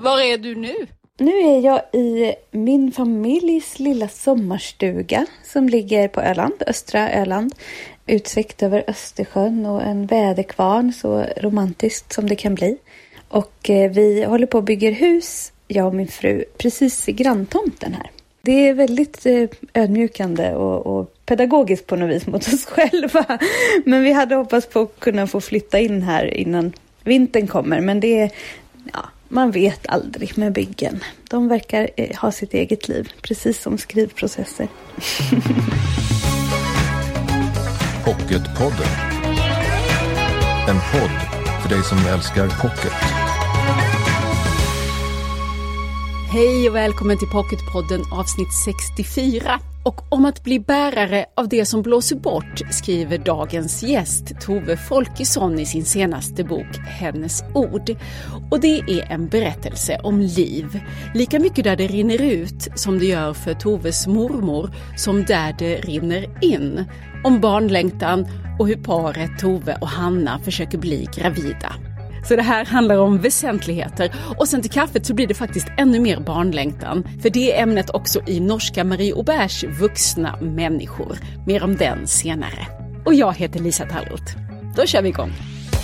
Var är du nu? Nu är jag i min familjs lilla sommarstuga som ligger på Öland, östra Öland. Utsikt över Östersjön och en väderkvarn, så romantiskt som det kan bli. Och vi håller på att bygga hus, jag och min fru, precis i granntomten här. Det är väldigt ödmjukande och pedagogiskt på något vis mot oss själva. Men vi hade hoppats på att kunna få flytta in här innan vintern kommer. Men det är, man vet aldrig med byggen. De verkar ha sitt eget liv, precis som skrivprocesser. Pocketpodden. En podd för dig som älskar pocket. Hej och välkommen till Pocketpodden avsnitt 64. Och om att bli bärare av det som blåser bort skriver dagens gäst Tove Folkesson i sin senaste bok Hennes ord. Och det är en berättelse om liv. Lika mycket där det rinner ut som det gör för Toves mormor som där det rinner in. Om barnlängtan och hur paret Tove och Hanna försöker bli gravida. Så det här handlar om väsentligheter. Och sen till kaffet så blir det faktiskt ännu mer barnlängtan. För det är ämnet också i norska Marie Auberts Vuxna människor. Mer om den senare. Och jag heter Lisa Tallroth. Då kör vi igång.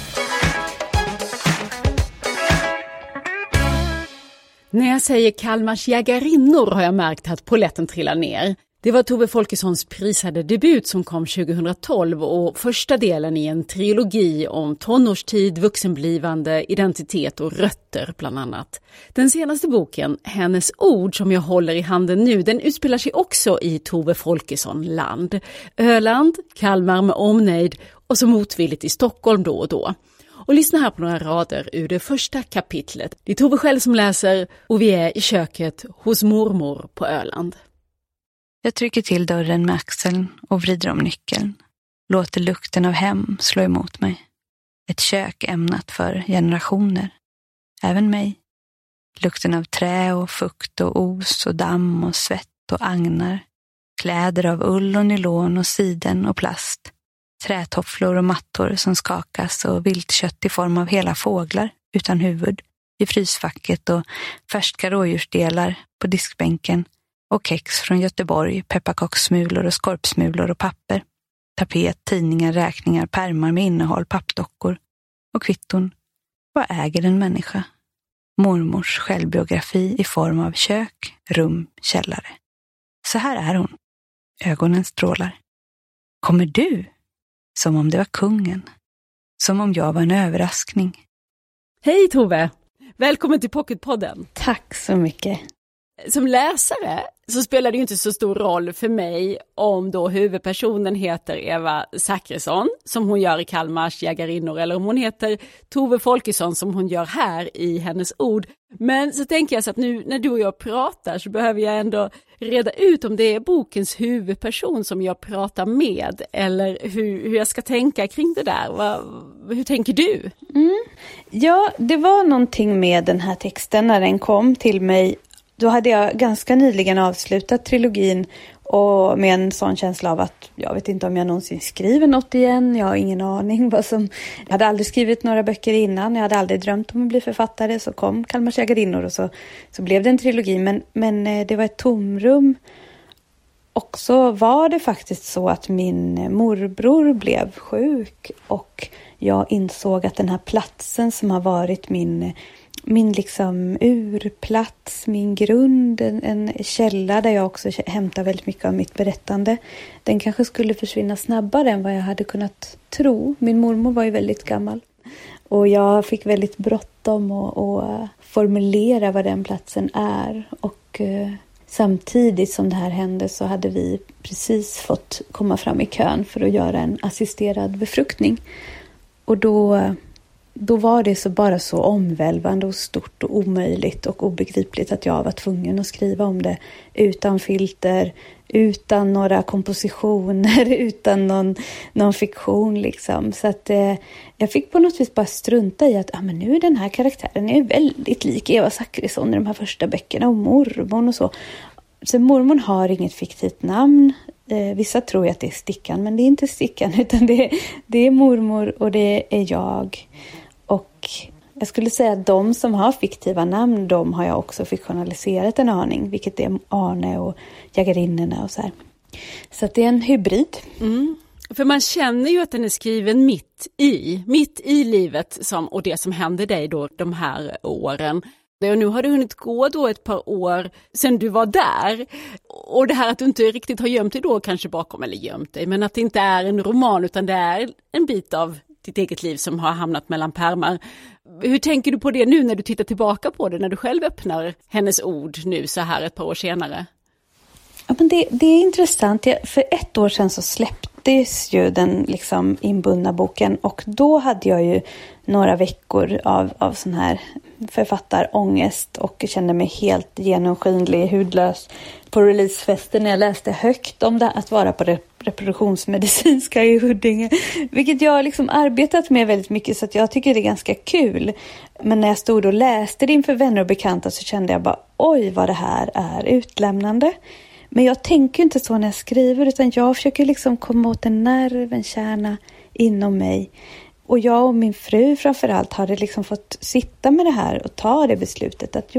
När jag säger Kalmars jägarinnor har jag märkt att polletten trillar ner. Det var Tove Folkessons prisade debut som kom 2012 och första delen i en trilogi om tonårstid, vuxenblivande, identitet och rötter bland annat. Den senaste boken, Hennes ord, som jag håller i handen nu, den utspelar sig också i Tove Folkesson-land. Öland, Kalmar med omnejd och så motvilligt i Stockholm då och då. Och lyssna här på några rader ur det första kapitlet. Det är Tove själv som läser och vi är i köket hos mormor på Öland. Jag trycker till dörren med axeln och vrider om nyckeln. Låter lukten av hem slå emot mig. Ett kök ämnat för generationer. Även mig. Lukten av trä och fukt och os och damm och svett och agnar. Kläder av ull och nylon och siden och plast. Trätofflor och mattor som skakas och viltkött i form av hela fåglar utan huvud i frysfacket och färska rådjursdelar på diskbänken. Och kex från Göteborg, pepparkakssmulor och skorpsmulor och papper. Tapet, tidningar, räkningar, pärmar med innehåll, pappdockor och kvitton. Vad äger en människa? Mormors självbiografi i form av kök, rum, källare. Så här är hon. Ögonen strålar. Kommer du? Som om det var kungen. Som om jag var en överraskning. Hej Tove! Välkommen till Pocketpodden. Tack så mycket. Som läsare så spelar det ju inte så stor roll för mig om då huvudpersonen heter Eva Zackrisson som hon gör i Kalmars jägarinnor eller om hon heter Tove Folkesson som hon gör här i Hennes ord. Men så tänker jag så att nu när du och jag pratar så behöver jag ändå reda ut om det är bokens huvudperson som jag pratar med eller hur jag ska tänka kring det där. Hur tänker du? Ja, det var någonting med den här texten när den kom till mig. Då hade jag ganska nyligen avslutat trilogin och med en sån känsla av att jag vet inte om jag någonsin skriver något igen. Jag har ingen aning vad som... Jag hade aldrig skrivit några böcker innan. Jag hade aldrig drömt om att bli författare. Så kom Kalmars jägarinnor och så blev det en trilogi. Men det var ett tomrum. Och så var det faktiskt så att min morbror blev sjuk. Och jag insåg att den här platsen som har varit min liksom urplats, min grund, en källa där jag också hämtar väldigt mycket av mitt berättande. Den kanske skulle försvinna snabbare än vad jag hade kunnat tro. Min mormor var ju väldigt gammal. Och jag fick väldigt bråttom att formulera vad den platsen är. Och samtidigt som det här hände så hade vi precis fått komma fram i kön för att göra en assisterad befruktning. Och då var det bara så omvälvande och stort och omöjligt och obegripligt att jag var tvungen att skriva om det utan filter, utan några kompositioner, utan någon fiktion liksom. Så att jag fick på något vis bara strunta i att men nu är den här karaktären är väldigt lik Eva Zackrisson i de här första böckerna och mormor och så. Så mormor har inget fiktivt namn. Vissa tror att det är Stickan, men det är inte Stickan utan det är mormor och det är jag. Och Jag skulle säga att de som har fiktiva namn, de har jag också fiktionaliserat en aning. Vilket är Arne och Jägarinnorna och så här. Så att det är en hybrid. Mm. För man känner ju att den är skriven mitt i livet och det som händer dig då de här åren. Och nu har det hunnit gå då ett par år sedan du var där. Och det här att du inte riktigt har gömt dig då kanske bakom, eller gömt dig, men att det inte är en roman utan det är en bit av ditt eget liv som har hamnat mellan pärmar. Hur tänker du på det nu när du tittar tillbaka på det, när du själv öppnar hennes ord nu så här ett par år senare? Ja, men det är intressant. För 1 år sedan så släpptes ju den liksom inbundna boken och då hade jag ju några veckor av sån här författarångest och kände mig helt genomskinlig, hudlös på releasefesten när jag läste högt om det att vara på reproduktionsmedicinska i Huddinge, vilket jag har liksom arbetat med väldigt mycket så att jag tycker det är ganska kul. Men när jag stod och läste det inför vänner och bekanta så kände jag bara, oj vad det här är utlämnande. Men jag tänker inte så när jag skriver utan jag försöker liksom komma åt en nerv, en kärna inom mig. Och jag och min fru framförallt hade liksom fått sitta med det här och ta det beslutet att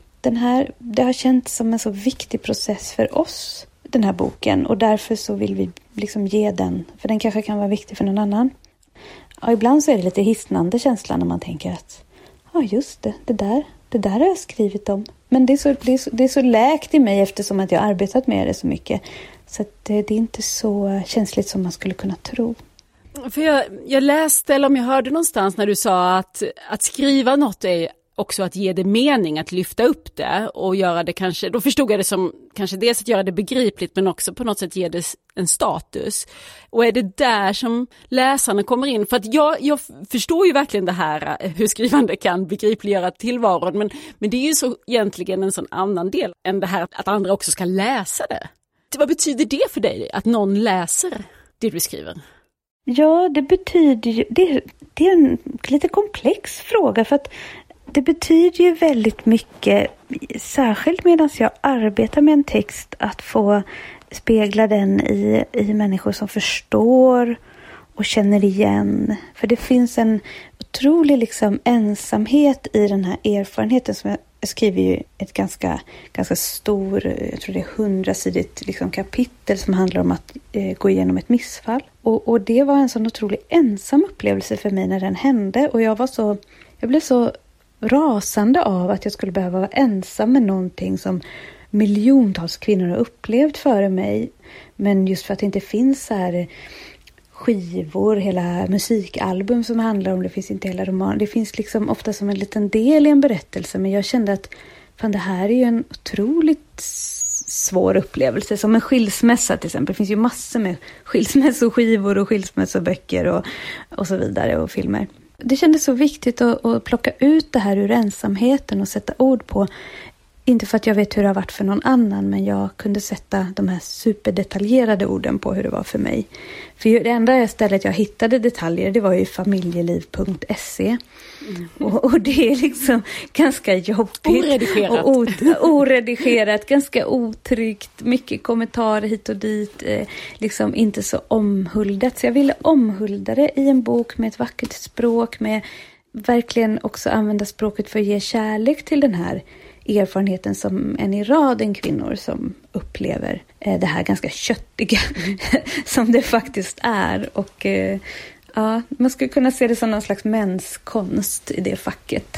det har känts som en så viktig process för oss, den här boken. Och därför så vill vi liksom ge den, för den kanske kan vara viktig för någon annan. Och ibland så är det lite hisnande känslan när man tänker att just det där har jag skrivit om. Men det är så läkt i mig eftersom att jag har arbetat med det så mycket. Så att det är inte så känsligt som man skulle kunna tro. För jag läste, eller om jag hörde någonstans när du sa att skriva något är också att ge det mening, att lyfta upp det och göra det kanske, då förstod jag det som kanske dels att göra det begripligt men också på något sätt ge det en status. Och är det där som läsarna kommer in? För att jag förstår ju verkligen det här hur skrivande kan begripliggöra tillvaron, men det är ju så egentligen en sån annan del än det här att andra också ska läsa det. Vad betyder det för dig att någon läser det du skriver? Ja, det betyder ju, det är en lite komplex fråga för att det betyder ju väldigt mycket, särskilt medan jag arbetar med en text, att få spegla den i människor som förstår och känner igen. För det finns en otrolig liksom ensamhet i den här erfarenheten som jag skriver ju ett ganska stor, jag tror det är 100-sidigt liksom kapitel som handlar om att gå igenom ett missfall. Och det var en sån otroligt ensam upplevelse för mig när den hände. Och jag blev så rasande av att jag skulle behöva vara ensam med någonting som miljontals kvinnor har upplevt före mig. Men just för att det inte finns så här skivor, hela musikalbum som handlar om, det finns inte hela roman. Det finns liksom ofta som en liten del i en berättelse, men jag kände att det här är ju en otroligt svår upplevelse. Som en skilsmässa till exempel. Det finns ju massor med skilsmässoskivor och skilsmässoböcker och så vidare och filmer. Det kändes så viktigt att plocka ut det här ur ensamheten och sätta ord på. Inte för att jag vet hur det har varit för någon annan, men jag kunde sätta de här superdetaljerade orden på hur det var för mig. För det enda stället jag hittade detaljer, det var ju familjeliv.se. Och det är liksom ganska jobbigt. Oredigerat. Och oredigerat, ganska otryggt, mycket kommentarer hit och dit. Liksom inte så omhuldat. Så jag ville omhulda det i en bok med ett vackert språk, med verkligen också använda språket för att ge kärlek till den här erfarenheten som en i raden kvinnor som upplever det här ganska köttiga som det faktiskt är. Och man skulle kunna se det som någon slags mänskonst i det facket.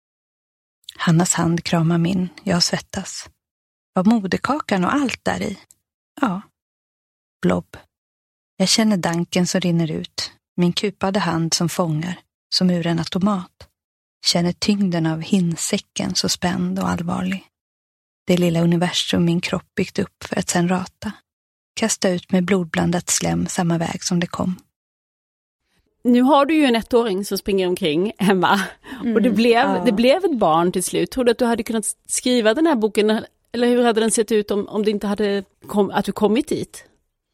Hannas hand kramar min, jag svettas. Var moderkakan och allt där i? Ja. Blob. Jag känner danken som rinner ut. Min kupade hand som fångar, som ur en automat. Känner tyngden av hinsäcken så spänd och allvarlig. Det lilla universum min kropp byggt upp för att sen rata. Kasta ut med blodblandat slem samma väg som det kom. Nu har du ju en 1-åring som springer omkring hemma. Och det blev ett barn till slut. Tror du att du hade kunnat skriva den här boken? Eller hur hade den sett ut om det inte hade att du kommit dit?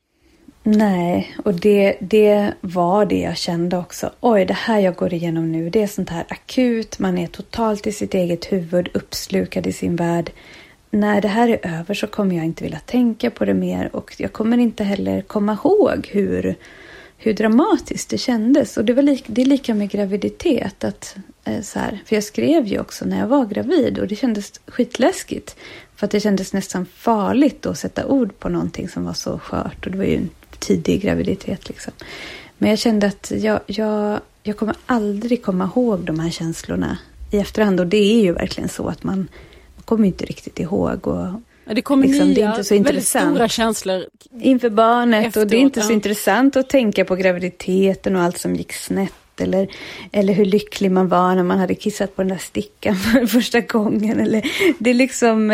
Nej, och det var det jag kände också. Oj, det här jag går igenom nu, det är sånt här akut. Man är totalt i sitt eget huvud, uppslukad i sin värld. När det här är över så kommer jag inte vilja tänka på det mer. Och jag kommer inte heller komma ihåg hur dramatiskt det kändes. Och det är lika med graviditet. För jag skrev ju också när jag var gravid. Och det kändes skitläskigt. För att det kändes nästan farligt att sätta ord på någonting som var så skört. Och det var ju en tidig graviditet liksom. Men jag kände att jag kommer aldrig komma ihåg de här känslorna i efterhand. Och det är ju verkligen så att man kommer inte riktigt ihåg. Och det kommer liksom, nya, det är inte så väldigt stora känslor inför barnet. Efteråt, och det är inte så intressant att tänka på graviditeten och allt som gick snett. Eller hur lycklig man var när man hade kissat på den där stickan för första gången. Eller, det är liksom,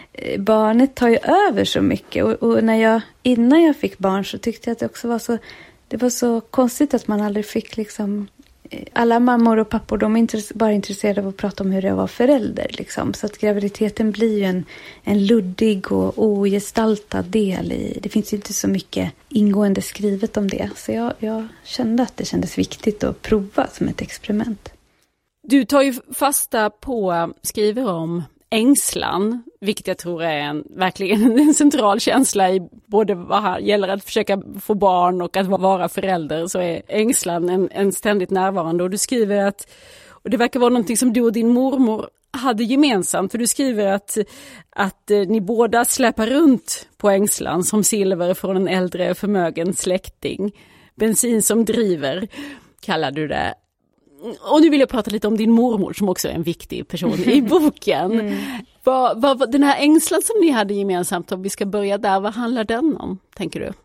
barnet tar ju över så mycket. Och innan jag fick barn så tyckte jag att det också var så konstigt att man aldrig fick liksom... Alla mammor och pappor, de är bara intresserade av att prata om hur det var förälder. Liksom. Så att graviditeten blir ju en luddig och ogestaltad del i. Det finns inte så mycket ingående skrivet om det. Så jag kände att det kändes viktigt att prova som ett experiment. Du tar ju fasta på, skriver om ängslan, vilket jag tror är verkligen en central känsla i både vad gäller att försöka få barn och att vara förälder, så är ängslan en ständigt närvarande. Och du skriver att, och det verkar vara någonting som du och din mormor hade gemensamt, för du skriver att ni båda släpar runt på ängslan som silver från en äldre förmögen släkting. Bensin som driver, kallar du det. Och nu vill jag prata lite om din mormor som också är en viktig person i boken. Vad den här ängslan som ni hade gemensamt, om vi ska börja där, vad handlar den om, tänker du?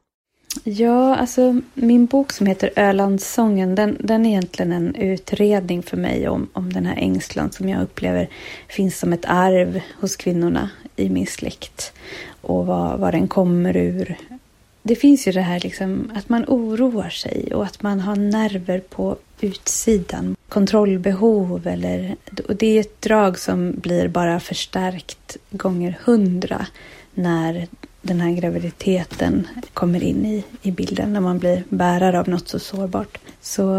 Ja, alltså min bok som heter Ölandssången, den är egentligen en utredning för mig om den här ängslan som jag upplever finns som ett arv hos kvinnorna i min släkt. Och vad den kommer ur. Det finns ju det här liksom, att man oroar sig och att man har nerver på utsidan. Kontrollbehov och det är ett drag som blir bara förstärkt gånger 100 när den här graviditeten kommer in i bilden, när man blir bärare av något så sårbart. Så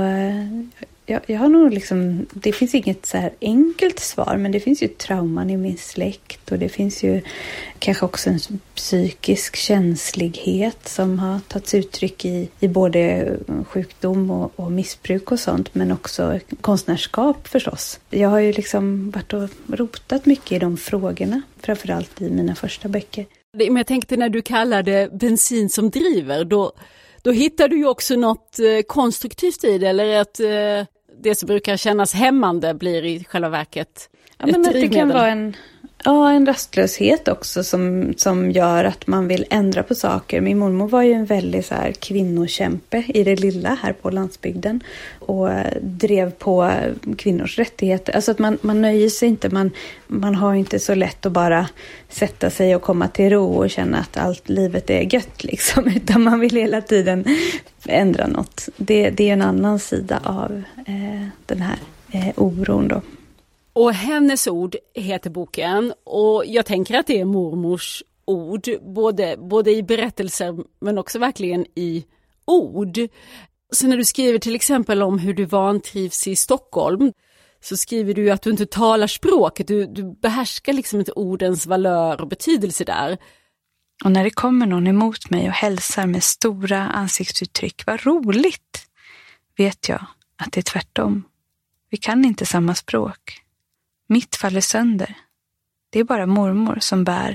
jag har nog liksom, det finns inget så här enkelt svar, men det finns ju trauman i min släkt och det finns ju kanske också en psykisk känslighet som har tagits uttryck i både sjukdom och missbruk och sånt, men också konstnärskap förstås. Jag har ju liksom varit och rotat mycket i de frågorna, framförallt i mina första böcker. Men jag tänkte, när du kallade bensin som driver, då hittar du ju också något konstruktivt i det, eller att det som brukar kännas hämmande blir i själva verket ett drivmedel. Det kan vara en rastlöshet också som gör att man vill ändra på saker. Min mormor var ju en väldigt så här kvinnokämpe i det lilla här på landsbygden och drev på kvinnors rättigheter. Alltså att man nöjer sig inte, man har inte så lätt att bara sätta sig och komma till ro och känna att allt livet är gött liksom, utan man vill hela tiden ändra något. Det är en annan sida av den här oron då. Och hennes ord heter boken, och jag tänker att det är mormors ord, både i berättelser men också verkligen i ord. Så när du skriver till exempel om hur du vantrivs i Stockholm, så skriver du att du inte talar språket, du behärskar liksom inte ordens valör och betydelse där. Och när det kommer någon emot mig och hälsar med stora ansiktsuttryck, vad roligt, vet jag att det är tvärtom. Vi kan inte samma språk. Mitt faller sönder. Det är bara mormor som bär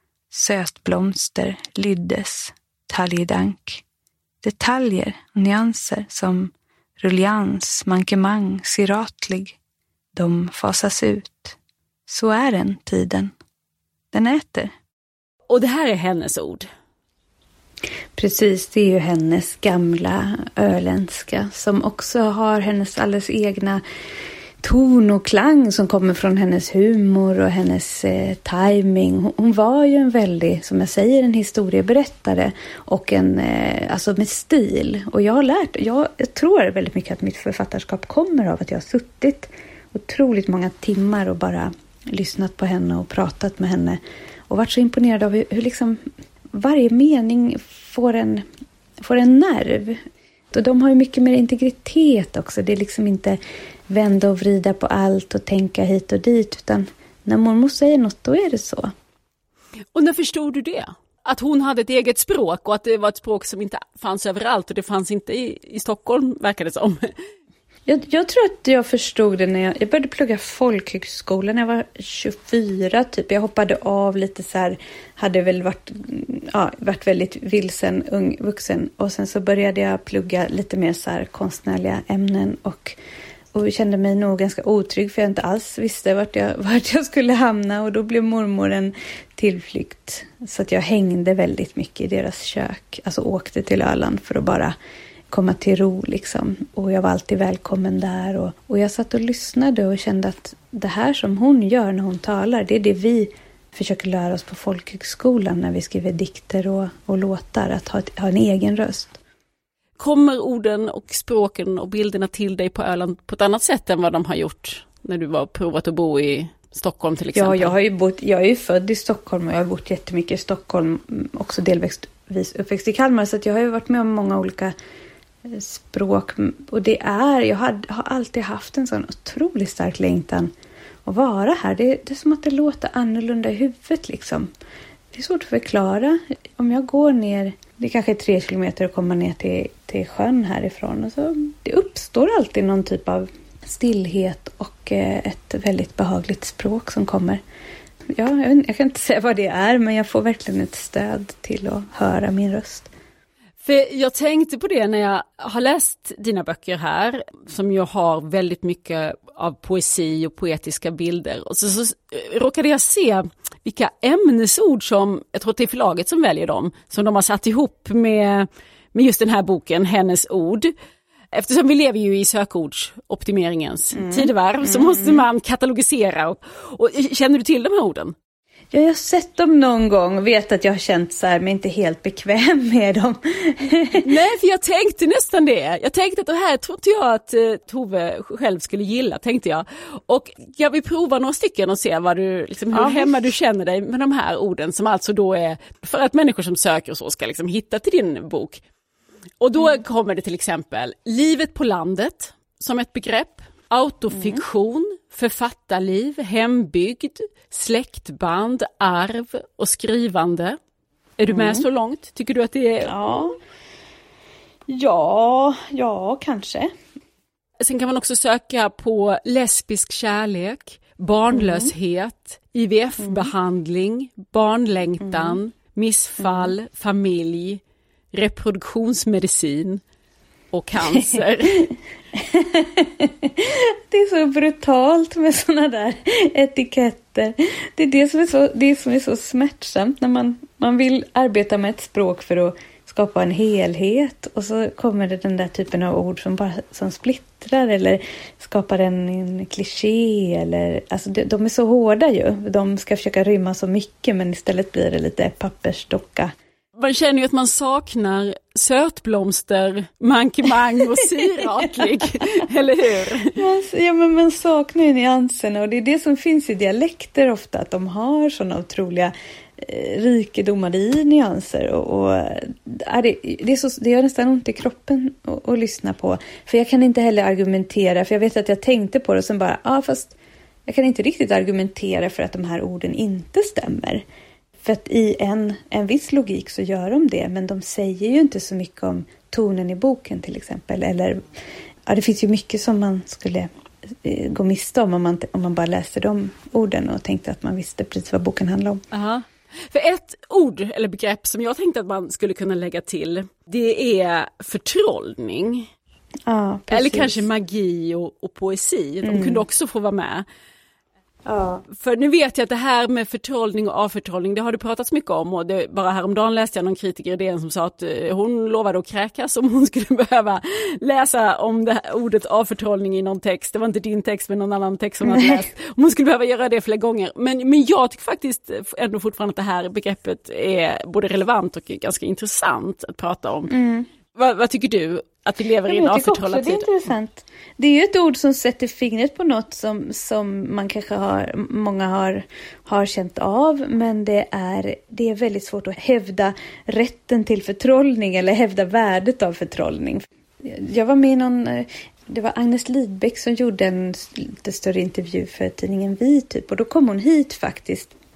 sötblomster, lyddes, taljedank. Detaljer och nyanser som rullians, mankemang, siratlig. De fasas ut. Så är den tiden. Den äter. Och det här är hennes ord. Precis, det är ju hennes gamla öländska som också har hennes alldeles egna ton och klang som kommer från hennes humor och hennes timing. Hon var ju en väldigt, som jag säger, en historieberättare och alltså med stil. Och jag tror väldigt mycket att mitt författarskap kommer av att jag har suttit otroligt många timmar och bara lyssnat på henne och pratat med henne och varit så imponerad av hur liksom varje mening får en nerv. Och de har ju mycket mer integritet också. Det är liksom inte vända och vrida på allt och tänka hit och dit, utan när mormor säger något, då är det så. Och när förstod du det? att hon hade ett eget språk och att det var ett språk som inte fanns överallt och det fanns inte i Stockholm, verkar det som. Jag tror att jag förstod det när jag började plugga folkhögskola när jag var 24 typ. Jag hoppade av lite så här, hade väl varit väldigt vilsen, ung vuxen. Och sen så började jag plugga lite mer så här konstnärliga ämnen och kände mig nog ganska otrygg för jag inte alls visste vart jag skulle hamna. Och då blev mormor en tillflykt. Så att jag hängde väldigt mycket i deras kök. Alltså åkte till Öland för att bara komma till ro liksom. Och jag var alltid välkommen där. Och jag satt och lyssnade och kände att det här som hon gör när hon talar, det är det vi försöker lära oss på folkhögskolan när vi skriver dikter och låtar. Att ha en egen röst. Kommer orden och språken och bilderna till dig på Öland på ett annat sätt än vad de har gjort när du var provat att bo i Stockholm till exempel? Ja, jag är ju född i Stockholm och jag har bott jättemycket i Stockholm. Också delvis uppväxt i Kalmar. Så att jag har ju varit med om många olika språk. Och jag har alltid haft en sån otroligt stark längtan att vara här. Det är som att det låter annorlunda i huvudet liksom. Det är svårt att förklara. Om jag går ner, det kanske är 3 kilometer att komma ner till sjön härifrån. Och så, det uppstår alltid någon typ av stillhet och ett väldigt behagligt språk som kommer. Ja, jag kan inte säga vad det är, men jag får verkligen ett stöd till att höra min röst. För jag tänkte på det när jag har läst dina böcker här, som ju har väldigt mycket av poesi och poetiska bilder. Och så råkade jag se vilka ämnesord som, jag tror att det är förlaget som väljer dem, som de har satt ihop med just den här boken, Hennes ord. Eftersom vi lever ju i sökordsoptimeringens tidevarv så måste man katalogisera. Och känner du till de här orden? Ja, jag har sett dem någon gång och vet att jag har känt så här, men inte helt bekväm med dem. Nej, för jag tänkte nästan det. Jag tänkte att det här trodde jag att Tove själv skulle gilla, tänkte jag. Och jag vill prova några stycken och se vad du, liksom, hur hemma du känner dig med de här orden som alltså då är för att människor som söker och så ska liksom hitta till din bok. Och då kommer det till exempel livet på landet som ett begrepp, autofiktion, författarliv, hembygd, släktband, arv och skrivande. Är du med så långt? Tycker du att det är... Ja, kanske. Sen kan man också söka på lesbisk kärlek, barnlöshet, IVF-behandling, barnlängtan, missfall, familj, reproduktionsmedicin och cancer. Det är så brutalt med såna där etiketter. Det är det som är så smärtsamt när man vill arbeta med ett språk för att skapa en helhet och så kommer det den där typen av ord som splittrar eller skapar en kliché eller alltså de är så hårda ju. De ska försöka rymma så mycket men istället blir det lite pappersdocka. Man känner ju att man saknar sötblomster, mankemang och syratlig, eller hur? Ja, men man saknar ju nyanserna och det är det som finns i dialekter ofta, att de har sådana otroliga rikedomar i nyanser och det gör nästan ont i kroppen att lyssna på. För jag kan inte heller argumentera, för jag vet att jag tänkte på det och sen bara, fast jag kan inte riktigt argumentera för att de här orden inte stämmer. För att i en viss logik så gör de det, men de säger ju inte så mycket om tonen i boken till exempel. Eller, det finns ju mycket som man skulle gå miste om man bara läste de orden och tänkte att man visste precis vad boken handlar om. Aha. För ett ord eller begrepp som jag tänkte att man skulle kunna lägga till, det är förtrollning. Ja, precis. Eller kanske magi och poesi. De kunde också få vara med. Ja. För nu vet jag att det här med förtrollning och avförtrollning, det har du pratat mycket om och bara häromdagen läste jag någon kritiker i DN som sa att hon lovade att kräkas om hon skulle behöva läsa om det här ordet avförtrollning i någon text. Det var inte din text men någon annan text som hon hade läst. Om hon skulle behöva göra det flera gånger. Men jag tycker faktiskt ändå fortfarande att det här begreppet är både relevant och ganska intressant att prata om. Vad tycker du? Att vi lever i en avförtrollad tid. Det är intressant. Det är ju ett ord som sätter fingret på något som man kanske många har känt av. Men det är väldigt svårt att hävda rätten till förtrollning eller hävda värdet av förtrollning. Jag var med i det var Agnes Lidbeck som gjorde en lite större intervju för tidningen Vi typ. Och då kom hon hit faktiskt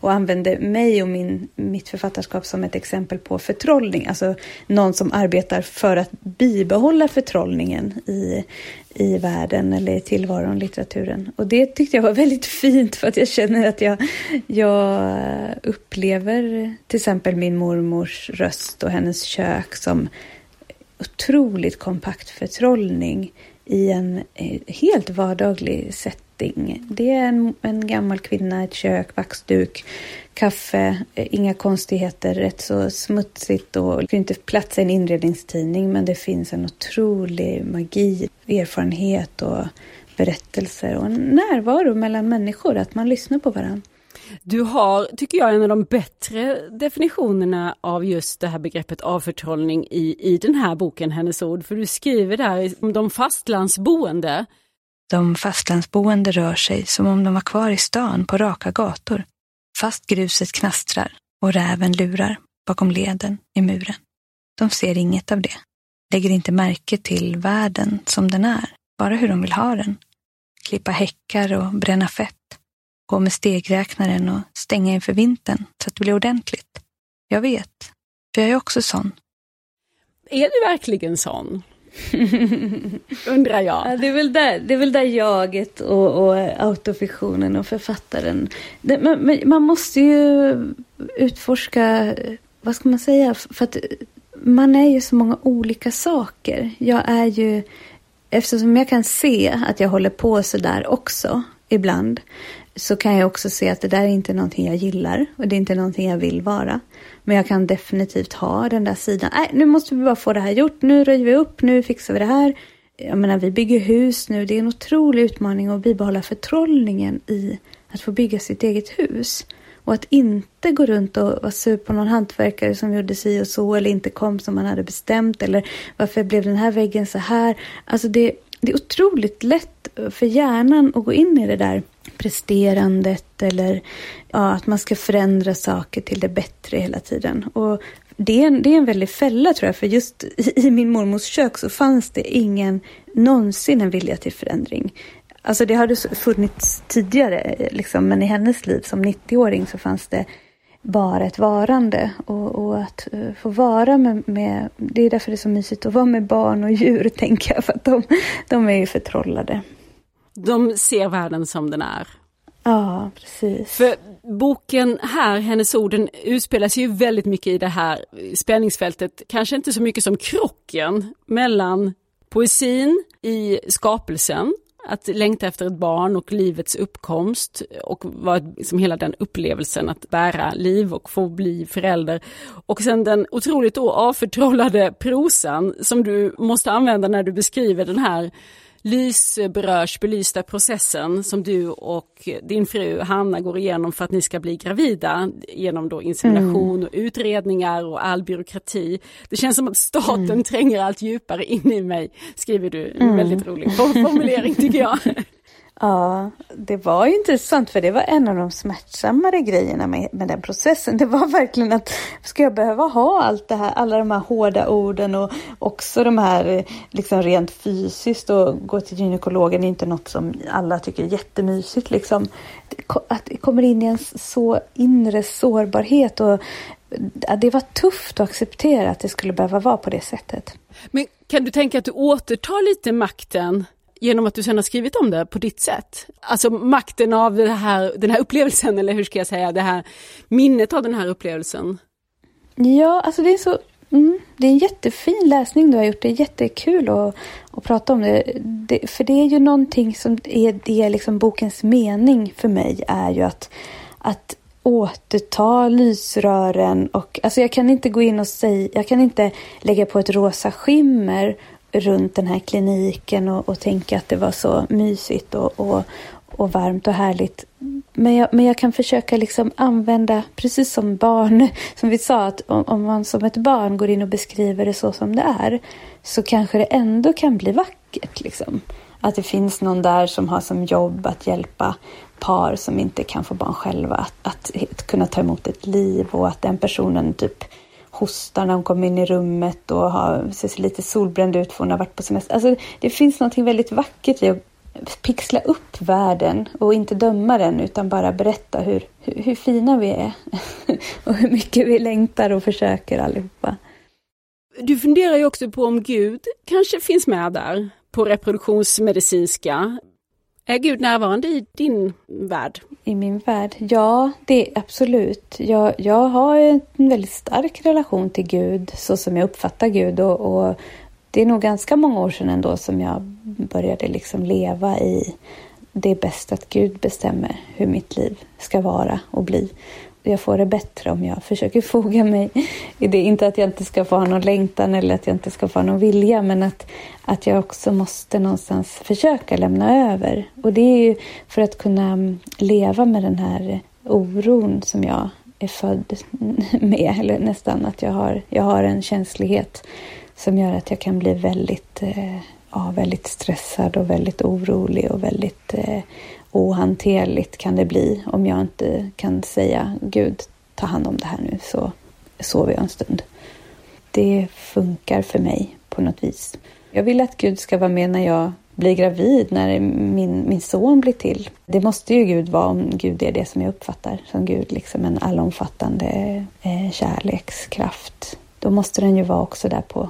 och använde mig och mitt författarskap som ett exempel på förtrollning. Alltså någon som arbetar för att bibehålla förtrollningen i världen eller i tillvaron, litteraturen. Och det tyckte jag var väldigt fint, för att jag känner att jag upplever till exempel min mormors röst och hennes kök som otroligt kompakt förtrollning i en helt vardaglig setting. Det är en gammal kvinna, ett kök, vaxduk, kaffe, inga konstigheter, rätt så smutsigt, och det kan inte platsa i en inredningstidning, men det finns en otrolig magi, erfarenhet och berättelser och en närvaro mellan människor, att man lyssnar på varandra. Du har, tycker jag, en av de bättre definitionerna av just det här begreppet avförtrollning i den här boken, Hennes ord. För du skriver där om de fastlandsboende. De fastlandsboende rör sig som om de var kvar i stan på raka gator. Fast gruset knastrar och räven lurar bakom leden i muren. De ser inget av det. Lägger inte märke till världen som den är, bara hur de vill ha den. Klippa häckar och bränna fett. Gå med stegräknaren och stänga inför vintern så att det blir ordentligt. Jag vet, för jag är också sån. Är du verkligen sån? Undrar jag. Ja, det är väl där jaget och autofiktionen och författaren. Man måste ju utforska, vad ska man säga, för att man är ju så många olika saker. Jag är ju, eftersom jag kan se att jag håller på så där också ibland, så kan jag också se att det där är inte någonting jag gillar och det är inte någonting jag vill vara. Men jag kan definitivt ha den där sidan. Nu måste vi bara få det här gjort. Nu röjer vi upp. Nu fixar vi det här. Jag menar, vi bygger hus nu. Det är en otrolig utmaning att bibehålla förtrollningen i att få bygga sitt eget hus. Och att inte gå runt och vara sur på någon hantverkare som gjorde sig och så, eller inte kom som man hade bestämt, eller varför blev den här väggen så här. Alltså det är otroligt lätt för hjärnan att gå in i det där presterandet, eller att man ska förändra saker till det bättre hela tiden. Och det är en väldigt fälla, tror jag, för just i min mormors kök så fanns det någonsin en vilja till förändring. Alltså det hade funnits tidigare liksom, men i hennes liv som 90-åring så fanns det bara ett varande, och att få vara med det är därför det är så mysigt att vara med barn och djur, tänker jag, för att de är ju förtrollade. De ser världen som den är. Ja, precis. För boken här, Hennes orden, utspelar sig ju väldigt mycket i det här spänningsfältet. Kanske inte så mycket som krocken mellan poesin i skapelsen, att längta efter ett barn och livets uppkomst, och liksom hela den upplevelsen att bära liv och få bli förälder. Och sen den otroligt avförtrollade prosan som du måste använda när du beskriver den här lysberörsbelysta processen som du och din fru Hanna går igenom för att ni ska bli gravida, genom då insemination och utredningar och all byråkrati. Det känns som att staten tränger allt djupare in i mig, skriver du. En väldigt rolig formulering, tycker jag. Ja, det var ju intressant, för det var en av de smärtsammare grejerna med den processen. Det var verkligen att, ska jag behöva ha allt det här, alla de här hårda orden, och också de här liksom rent fysiskt, och gå till gynekologen är inte något som alla tycker är jättemysigt liksom. Att det kommer in i en så inre sårbarhet, och det var tufft att acceptera att det skulle behöva vara på det sättet. Men kan du tänka att du återtar lite makten genom att du sen har skrivit om det på ditt sätt? Alltså makten av den här upplevelsen, eller hur ska jag säga, det här minnet av den här upplevelsen. Ja, alltså det är så... det är en jättefin läsning du har gjort. Det är jättekul att prata om det. För det är ju någonting som är liksom bokens mening för mig, är ju att återta lysrören. Och alltså jag kan inte gå in och säga, jag kan inte lägga på ett rosa skimmer runt den här kliniken och tänka att det var så mysigt och varmt och härligt. Men jag kan försöka liksom använda, precis som barn, som vi sa, att om man som ett barn går in och beskriver det så som det är, så kanske det ändå kan bli vackert liksom. Att det finns någon där som har som jobb att hjälpa par som inte kan få barn själva att kunna ta emot ett liv, och att den personen typ hostar när hon kommer in i rummet och ser lite solbränd ut för hon har varit på semester. Alltså det finns något väldigt vackert i pixla upp världen och inte döma den, utan bara berätta hur fina vi är och hur mycket vi längtar och försöker allihopa. Du funderar ju också på om Gud kanske finns med där på reproduktionsmedicinska. Är Gud närvarande i din värld? I min värld? Ja, det är absolut. Jag har en väldigt stark relation till Gud, så som jag uppfattar Gud. Och det är nog ganska många år sedan ändå som jag började liksom leva i det är bäst att Gud bestämmer hur mitt liv ska vara och bli. Jag får det bättre om jag försöker foga mig i det. Inte att jag inte ska få ha någon längtan eller att jag inte ska få ha någon vilja, men att jag också måste någonstans försöka lämna över. Och det är ju för att kunna leva med den här oron som jag är född med, eller nästan, att jag har en känslighet som gör att jag kan bli väldigt stressad och väldigt orolig och väldigt ohanterligt kan det bli om jag inte kan säga Gud, ta hand om det här nu, så sover jag en stund. Det funkar för mig på något vis. Jag vill att Gud ska vara med när jag blir gravid, när min son blir till. Det måste ju Gud vara, om Gud är det som jag uppfattar som Gud, liksom en allomfattande kärlekskraft. Då måste den ju vara också där på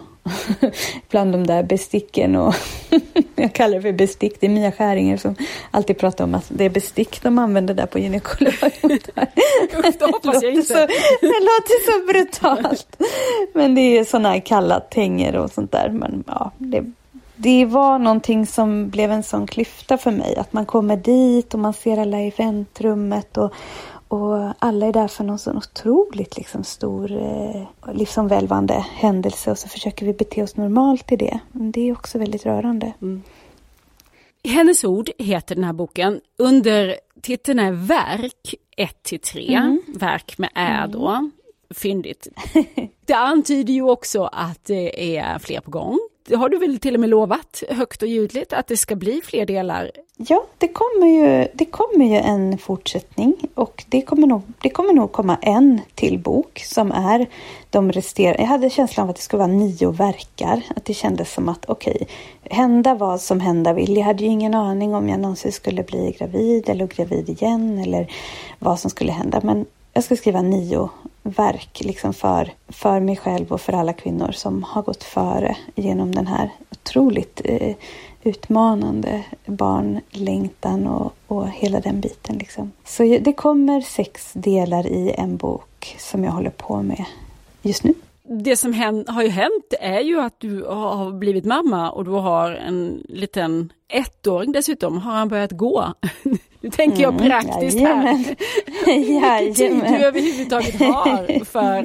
bland de där besticken, och jag kallar det för bestick, det är Mia Skäringer som alltid pratar om att det är bestick de använder där på gynekologin. Det hoppas jag inte. Det låter så brutalt, men det är sådana här kalla tänger och sånt där. Men ja, det var någonting som blev en sån klyfta för mig, att man kommer dit och man ser alla i väntrummet och alla är där för någon sån otroligt liksom stor livsomvälvande händelse, och så försöker vi bete oss normalt i det. Men det är också väldigt rörande. Mm. Hennes ord heter den här boken. Under titeln är Verk 1-3. Verk med ä då. Fyndigt. Det antyder ju också att det är fler på gång. Har du väl till och med lovat högt och ljudligt att det ska bli fler delar? Ja, det kommer ju en fortsättning, och det kommer nog komma en till bok som är de resterande. Jag hade känslan av att det skulle vara 9 verkar. Att det kändes som att hända vad som hända vill. Jag hade ju ingen aning om jag någonsin skulle bli gravid eller gravid igen eller vad som skulle hända. Men jag ska skriva 9 verk liksom för mig själv och för alla kvinnor som har gått före genom den här otroligt utmanande barnlängtan och hela den biten. Liksom. Så det kommer 6 delar i en bok som jag håller på med just nu. Det som har ju hänt är ju att du har blivit mamma, och du har en liten 1-åring dessutom. Har han börjat gå? Nu tänker jag praktiskt här. Vilken tid du överhuvudtaget har för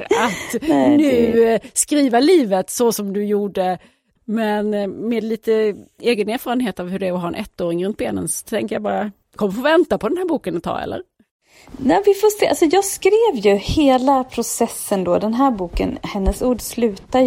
att skriva livet så som du gjorde. Men med lite egen erfarenhet av hur det är att ha en 1-åring runt benen, så tänker jag bara, kommer få vänta på den här boken ett tag, eller? Nej, vi får se. Alltså, jag skrev ju hela processen då. Den här boken, Hennes ord, slutar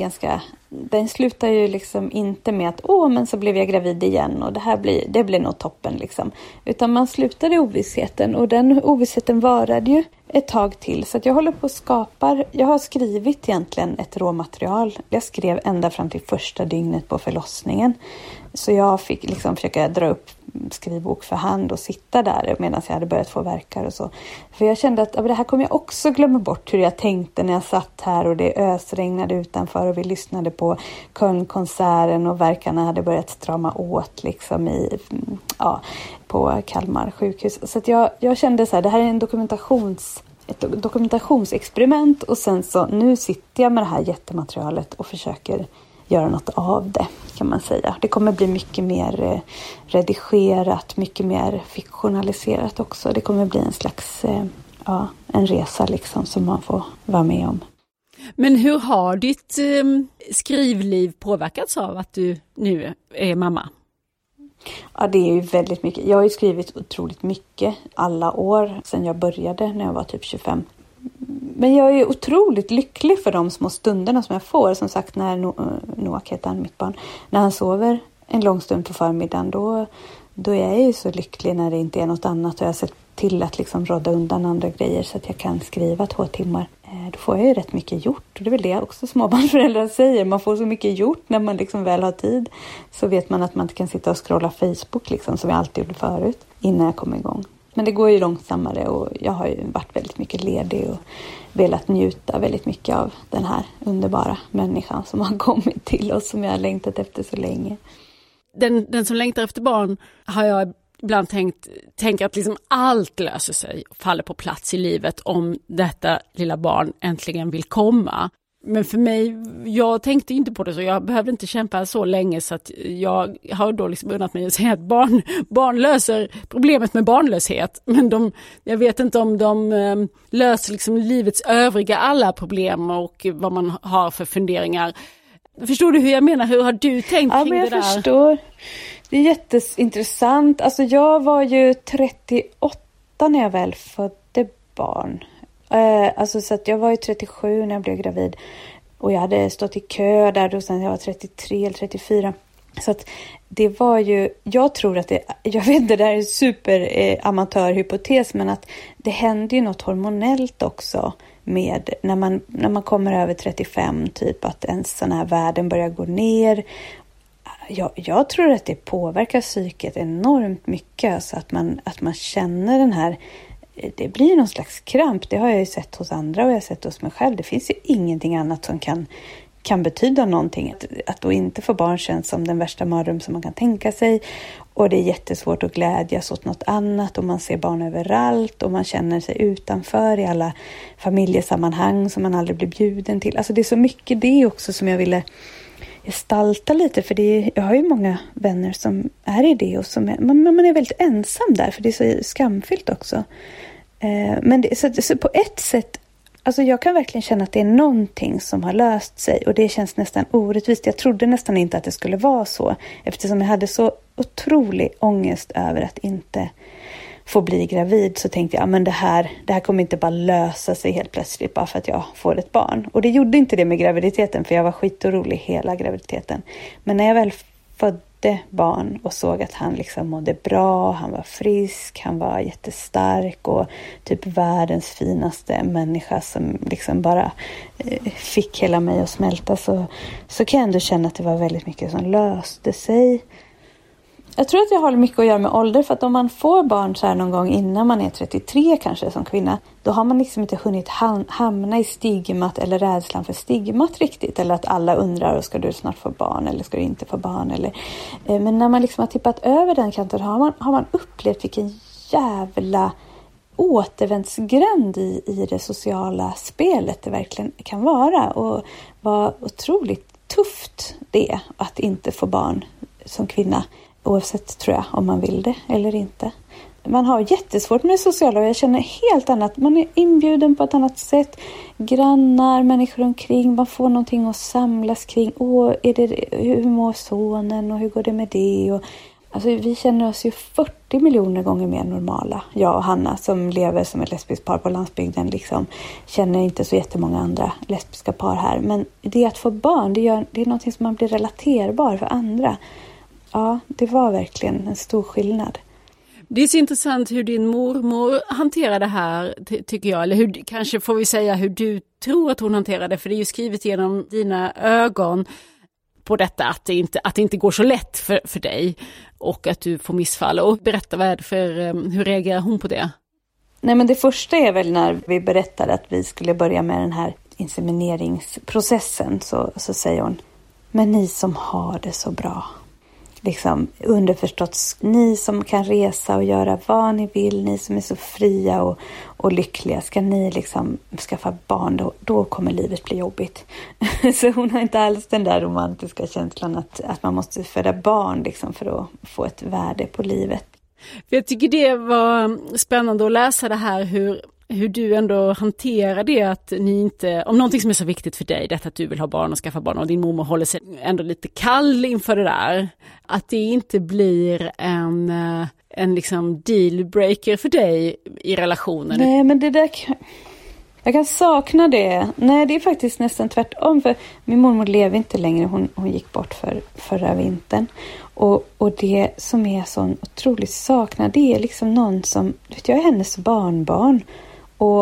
ju liksom inte med att men så blev jag gravid igen och det blir nog toppen liksom. Utan man slutade i ovissheten, och den ovissheten varade ju ett tag till. Så att jag håller på och skapar. Jag har skrivit egentligen ett råmaterial. Jag skrev ända fram till första dygnet på förlossningen. Så jag fick liksom försöka dra upp skrivbok för hand och sitta där medan jag hade börjat få verkar och så. För jag kände att det här kommer jag också glömma bort, hur jag tänkte när jag satt här och det ösregnade utanför och vi lyssnade på Kölnkonserten och verkarna hade börjat strama åt liksom på Kalmar sjukhus. Så att jag kände så här, det här är ett dokumentationsexperiment, och sen så nu sitter jag med det här jättematerialet och försöker göra något av det, kan man säga. Det kommer bli mycket mer redigerat, mycket mer fiktionaliserat också. Det kommer bli en slags en resa liksom som man får vara med om. Men hur har ditt skrivliv påverkats av att du nu är mamma? Ja, det är ju väldigt mycket. Jag har ju skrivit otroligt mycket alla år sedan jag började när jag var typ 25. Men jag är otroligt lycklig för de små stunderna som jag får. Som sagt, när Noah heter han, mitt barn, när han sover en lång stund på förmiddagen, då är jag ju så lycklig när det inte är något annat. Och jag har sett till att liksom råda undan andra grejer så att jag kan skriva 2 timmar då får jag ju rätt mycket gjort. Och det är väl det också småbarnsföräldrar säger. Man får så mycket gjort när man liksom väl har tid. Så vet man att man inte kan sitta och scrolla Facebook liksom, som jag alltid gjorde förut. Innan jag kom igång. Men det går ju långsammare och jag har ju varit väldigt mycket ledig och velat njuta väldigt mycket av den här underbara människan som har kommit till oss, som jag har längtat efter så länge. Den som längtar efter barn har jag ibland tänkt att liksom allt löser sig och faller på plats i livet om detta lilla barn äntligen vill komma. Men för mig, jag tänkte inte på det så. Jag behövde inte kämpa så länge, så att jag har då liksom unnat mig att säga att barn löser problemet med barnlöshet. Men jag vet inte om de löser liksom livets övriga alla problem och vad man har för funderingar. Förstår du hur jag menar? Hur har du tänkt kring det där? Ja, men jag förstår. Det är jätteintressant. Alltså jag var ju 38 när jag väl födde barn. Alltså så att jag var ju 37 när jag blev gravid. Och jag hade stått i kö där och sen jag var 33 eller 34. Så att det var ju, jag tror att jag vet inte, det här är en super amatörhypotes, men att det händer ju något hormonellt också med när man kommer över 35 typ, att ens sån här värden börjar gå ner. Jag tror att det påverkar psyket enormt mycket, så att man känner den här, det blir någon slags kramp. Det har jag ju sett hos andra och jag har sett hos mig själv. Det finns ju ingenting annat som kan betyda någonting. Att då inte få barn känns som den värsta mardröm som man kan tänka sig. Och det är jättesvårt att glädjas åt något annat. Och man ser barn överallt. Och man känner sig utanför i alla familjesammanhang som man aldrig blir bjuden till. Alltså det är så mycket det också som jag ville gestalta lite. För jag har ju många vänner som är i det. Och man är väldigt ensam där. För det är så skamfyllt också. Men så på ett sätt, alltså jag kan verkligen känna att det är någonting som har löst sig. Och det känns nästan orättvist. Jag trodde nästan inte att det skulle vara så. Eftersom jag hade så otrolig ångest över att inte få bli gravid. Så tänkte jag, men det här kommer inte bara lösa sig helt plötsligt bara för att jag får ett barn. Och det gjorde inte det med graviditeten. För jag var skitorolig hela graviditeten. Men när jag väl födde barn och såg att han liksom mådde bra, han var frisk, han var jättestark och typ världens finaste människa som liksom bara fick hela mig att smälta, så kan jag ändå känna att det var väldigt mycket som löste sig. Jag tror att det har mycket att göra med ålder, för att om man får barn så här någon gång innan man är 33 kanske som kvinna, då har man liksom inte hunnit hamna i stigmat eller rädslan för stigmat riktigt, eller att alla undrar, ska du snart få barn eller ska du inte få barn, eller men när man liksom har tippat över den kanten har man upplevt vilken jävla återvändsgränd i det sociala spelet det verkligen kan vara, och vad otroligt tufft det är att inte få barn som kvinna. Oavsett, tror jag, om man vill det eller inte. Man har jättesvårt med det sociala, och jag känner helt annat. Man är inbjuden på ett annat sätt. Grannar, människor omkring. Man får någonting att samlas kring. Hur mår sonen och hur går det med det? Och, alltså, vi känner oss ju 40 miljoner gånger mer normala. Jag och Hanna som lever som ett lesbiskt par på landsbygden liksom, känner inte så jättemånga andra lesbiska par här. Men det att få barn, det är någonting som man blir relaterbar för andra. Ja, det var verkligen en stor skillnad. Det är så intressant hur din mormor hanterar det här, tycker jag. Eller kanske får vi säga hur du tror att hon hanterar det. För det är ju skrivet genom dina ögon på detta att det inte går så lätt för dig. Och att du får missfall. Och berätta, hur reagerar hon på det? Nej, men det första är väl när vi berättade att vi skulle börja med den här insemineringsprocessen. Så säger hon, men ni som har det så bra. Liksom underförstått, ni som kan resa och göra vad ni vill, ni som är så fria och lyckliga, ska ni liksom skaffa barn, då kommer livet bli jobbigt. Så hon har inte alls den där romantiska känslan att man måste föda barn liksom för att få ett värde på livet. För jag tycker det var spännande att läsa det här, hur du ändå hanterar det, att ni inte, om någonting som är så viktigt för dig, detta att du vill ha barn och skaffa barn, och din mormor håller sig ändå lite kall inför det där, att det inte blir en liksom dealbreaker för dig i relationen. Nej, men det där jag kan sakna det. Nej, det är faktiskt nästan tvärtom, för min mormor lever inte längre, hon gick bort förra vintern. Och det som är så otroligt saknad, det är liksom någon som, jag är hennes barnbarn. Och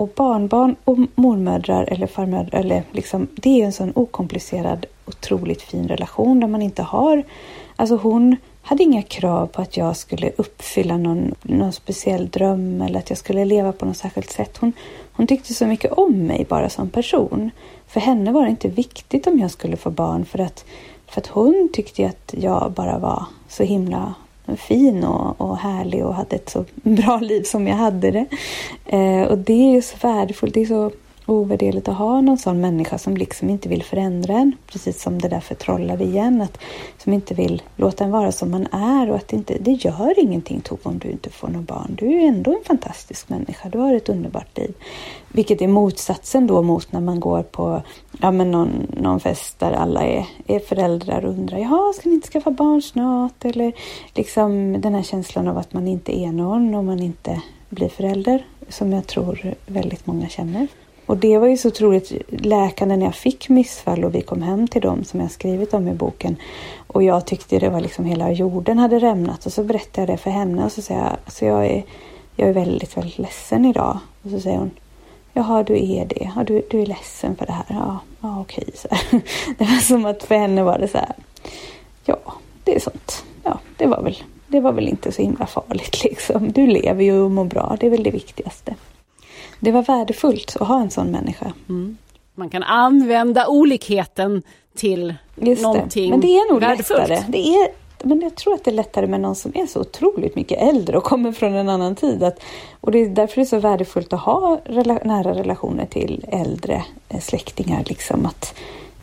Och barnbarn och mormödrar eller farmödrar, eller liksom, det är en sån okomplicerad, otroligt fin relation där man inte har... Alltså hon hade inga krav på att jag skulle uppfylla någon speciell dröm eller att jag skulle leva på något särskilt sätt. Hon tyckte så mycket om mig bara som person. För henne var det inte viktigt om jag skulle få barn för att hon tyckte att jag bara var så himla fin och härlig och hade ett så bra liv som jag hade det. Och det är ju så värdefullt, det är så ovärderligt att ha någon sån människa som liksom inte vill förändra en, precis som det där förtrollar vi igen, som inte vill låta en vara som man är, och att det gör ingenting Tove om du inte får någon barn. Du är ju ändå en fantastisk människa, du har ett underbart liv. Vilket är motsatsen då mot när man går på någon fest där alla är föräldrar och undrar, jaha, ska ni inte skaffa barn snart? Eller liksom den här känslan av att man inte är någon om man inte blir förälder, som jag tror väldigt många känner. Och det var ju så otroligt läkande när jag fick missfall och vi kom hem till dem som jag skrivit om i boken. Och jag tyckte det var liksom hela jorden hade rämnat. Och så berättade jag det för henne och så säger jag, alltså jag är väldigt, väldigt ledsen idag. Och så säger hon, jaha, du är det. Ja, du är ledsen för det här. Ja okej. Så här. Det var som att för henne var det så här, ja, det är sånt. Ja, det var väl inte så himla farligt liksom. Du lever ju och mår bra, det är väl det viktigaste. Det var värdefullt att ha en sån människa. Mm. Man kan använda olikheten till någonting. Men det är nog värdefullt. Lättare. Men jag tror att det är lättare med någon som är så otroligt mycket äldre och kommer från en annan tid. Och det är därför det är så värdefullt att ha nära relationer till äldre släktingar. Liksom att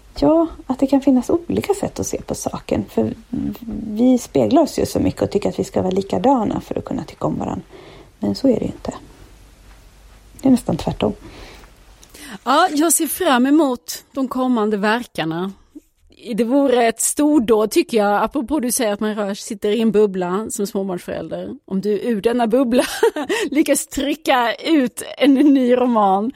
det kan finnas olika sätt att se på saken. För vi speglar oss ju så mycket och tycker att vi ska vara likadana för att kunna tycka om varandra. Men så är det ju inte. Det är nästan tvärtom. Ja, jag ser fram emot de kommande verkarna. Det vore ett stordåd tycker jag, apropå du säger att man sitter i en bubbla som småbarnsförälder. Om du ur denna bubbla lyckas trycka ut en ny roman.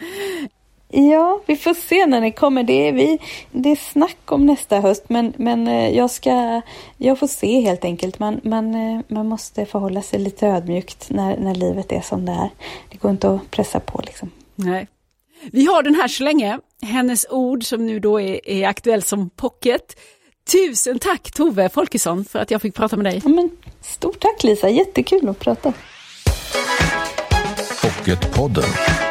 Ja, vi får se när det kommer. Det är snack om nästa höst, men jag får se helt enkelt. Man måste förhålla sig lite ödmjukt när livet är som det är. Det går inte att pressa på liksom. Nej. Vi har den här så länge. Hennes ord som nu då är aktuell som pocket. Tusen tack Tove Folkesson för att jag fick prata med dig. Ja, men stort tack Lisa, jättekul att prata. Pocketpodden.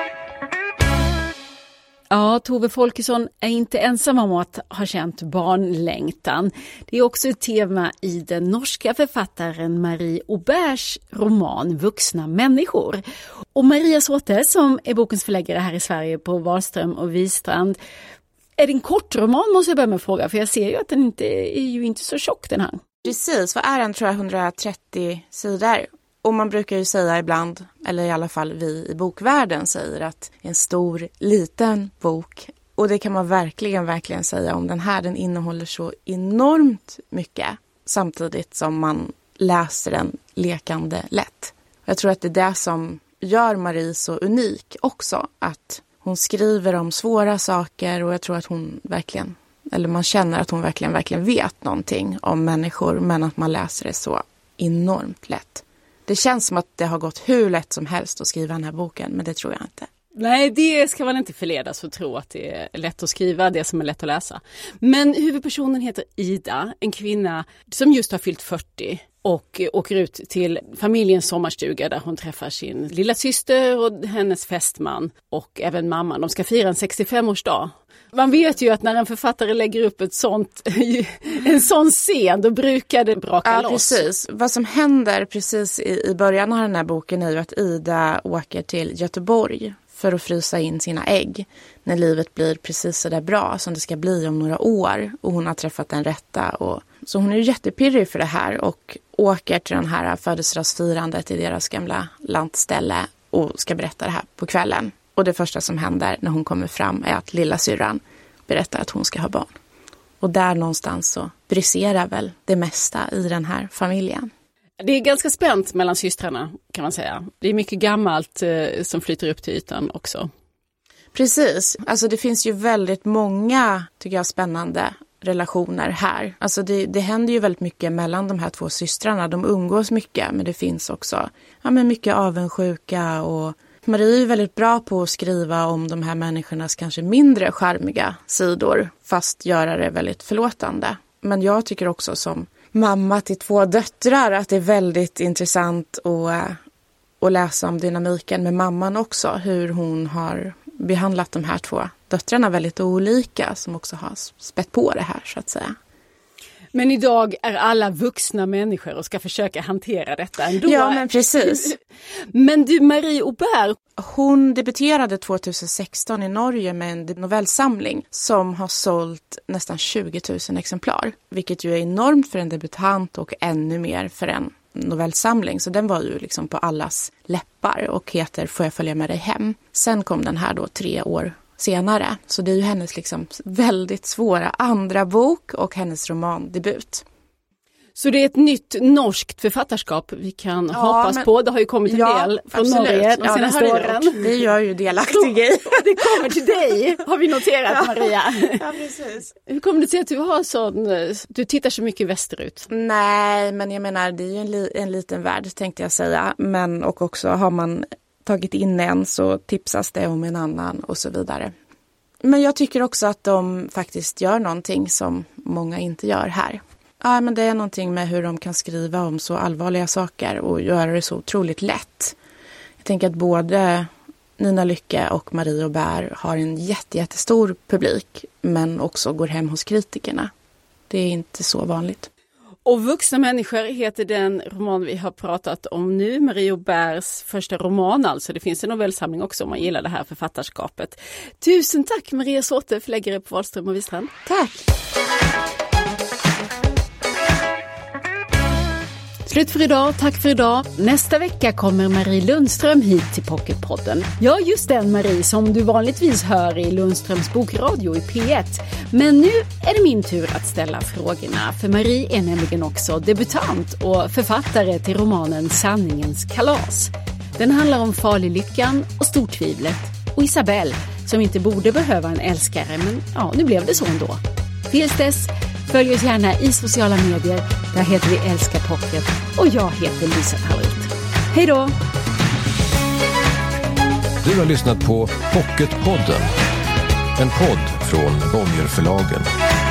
Ja, Tove Folkesson är inte ensam om att ha känt barnlängtan. Det är också ett tema i den norska författaren Marie Auberts roman Vuxna människor. Och Maria Såte, som är bokens förläggare här i Sverige på Wahlström och Wistrand. Är det en kort roman måste jag börja med att fråga, för jag ser ju att den är ju inte så tjock den här. Precis, vad är den tror jag 130 sidor? Och man brukar ju säga ibland, eller i alla fall vi i bokvärlden säger att en stor, liten bok. Och det kan man verkligen säga om den här. Den innehåller så enormt mycket samtidigt som man läser den lekande lätt. Jag tror att det är det som gör Marie så unik också. Att hon skriver om svåra saker och jag tror att hon verkligen, eller man känner att hon verkligen vet någonting om människor, men att man läser det så enormt lätt. Det känns som att det har gått hur lätt som helst att skriva den här boken, men det tror jag inte. Nej, det ska man inte förledas att tro att det är lätt att skriva, det som är lätt att läsa. Men huvudpersonen heter Ida, en kvinna som just har fyllt 40 och åker ut till familjens sommarstuga där hon träffar sin lilla syster och hennes fästman och även mamman. De ska fira en 65-årsdag. Man vet ju att när en författare lägger upp en sån scen, då brukar det braka loss. Ja, precis. Vad som händer precis i början av den här boken är ju att Ida åker till Göteborg för att frysa in sina ägg när livet blir precis så där bra som det ska bli om några år. Och hon har träffat den rätta. Så hon är jättepirrig för det här och åker till den här födelsedagsfirandet i deras gamla lantställe och ska berätta det här på kvällen. Och det första som händer när hon kommer fram är att lilla syrran berättar att hon ska ha barn. Och där någonstans så briserar väl det mesta i den här familjen. Det är ganska spänt mellan systrarna kan man säga. Det är mycket gammalt som flyter upp till ytan också. Precis. Alltså det finns ju väldigt många, tycker jag, spännande relationer här. Alltså det händer ju väldigt mycket mellan de här två systrarna. De umgås mycket, men det finns också mycket avundsjuka och Marie är väldigt bra på att skriva om de här människornas kanske mindre charmiga sidor, fast göra det väldigt förlåtande. Men jag tycker också som mamma till 2 döttrar att det är väldigt intressant att läsa om dynamiken med mamman också. Hur hon har behandlat de här 2 döttrarna väldigt olika, som också har spett på det här så att säga. Men idag är alla vuxna människor och ska försöka hantera detta ändå. Ja, men precis. Men du, Marie Aubert, hon debuterade 2016 i Norge med en novellsamling som har sålt nästan 20 000 exemplar. Vilket ju är enormt för en debutant och ännu mer för en novellsamling. Så den var ju liksom på allas läppar och heter Får jag följa med dig hem. Sen kom den här då 3 år senare. Så det är ju hennes liksom väldigt svåra andra bok och hennes romandebut. Så det är ett nytt norskt författarskap vi kan hoppas på. Det har ju kommit en del från absolut. Norge de senaste åren. Det gör ju delaktig i. Det kommer till dig, har vi noterat, Maria. Ja, precis. Hur kommer det sig att du har du tittar så mycket västerut? Nej, men jag menar det är ju en liten värld tänkte jag säga. Men och också har man tagit in en så tipsas det om en annan och så vidare. Men jag tycker också att de faktiskt gör någonting som många inte gör här. Ja, men det är någonting med hur de kan skriva om så allvarliga saker och göra det så otroligt lätt. Jag tänker att både Nina Lycke och Marie Aubert har en jättestor publik men också går hem hos kritikerna. Det är inte så vanligt. Och Vuxna människor heter den roman vi har pratat om nu. Marie Auberts första roman alltså. Det finns en novellsamling också om man gillar det här författarskapet. Tusen tack Maria Såte, förläggare på Wahlström och Wistrand. Tack! Slut för idag, tack för idag. Nästa vecka kommer Marie Lundström hit till Pocketpodden. Ja, just den Marie som du vanligtvis hör i Lundströms bokradio i P1. Men nu är det min tur att ställa frågorna. För Marie är nämligen också debutant och författare till romanen Sanningens kalas. Den handlar om farliglyckan och stortvivlet. Och Isabelle som inte borde behöva en älskare, men ja, nu blev det så ändå. Tills dess, följ oss gärna i sociala medier. Där heter vi Älskar Pocket och jag heter Lisa Tallroth. Hej då! Du har lyssnat på Pocketpodden. En podd från Bonnierförlagen.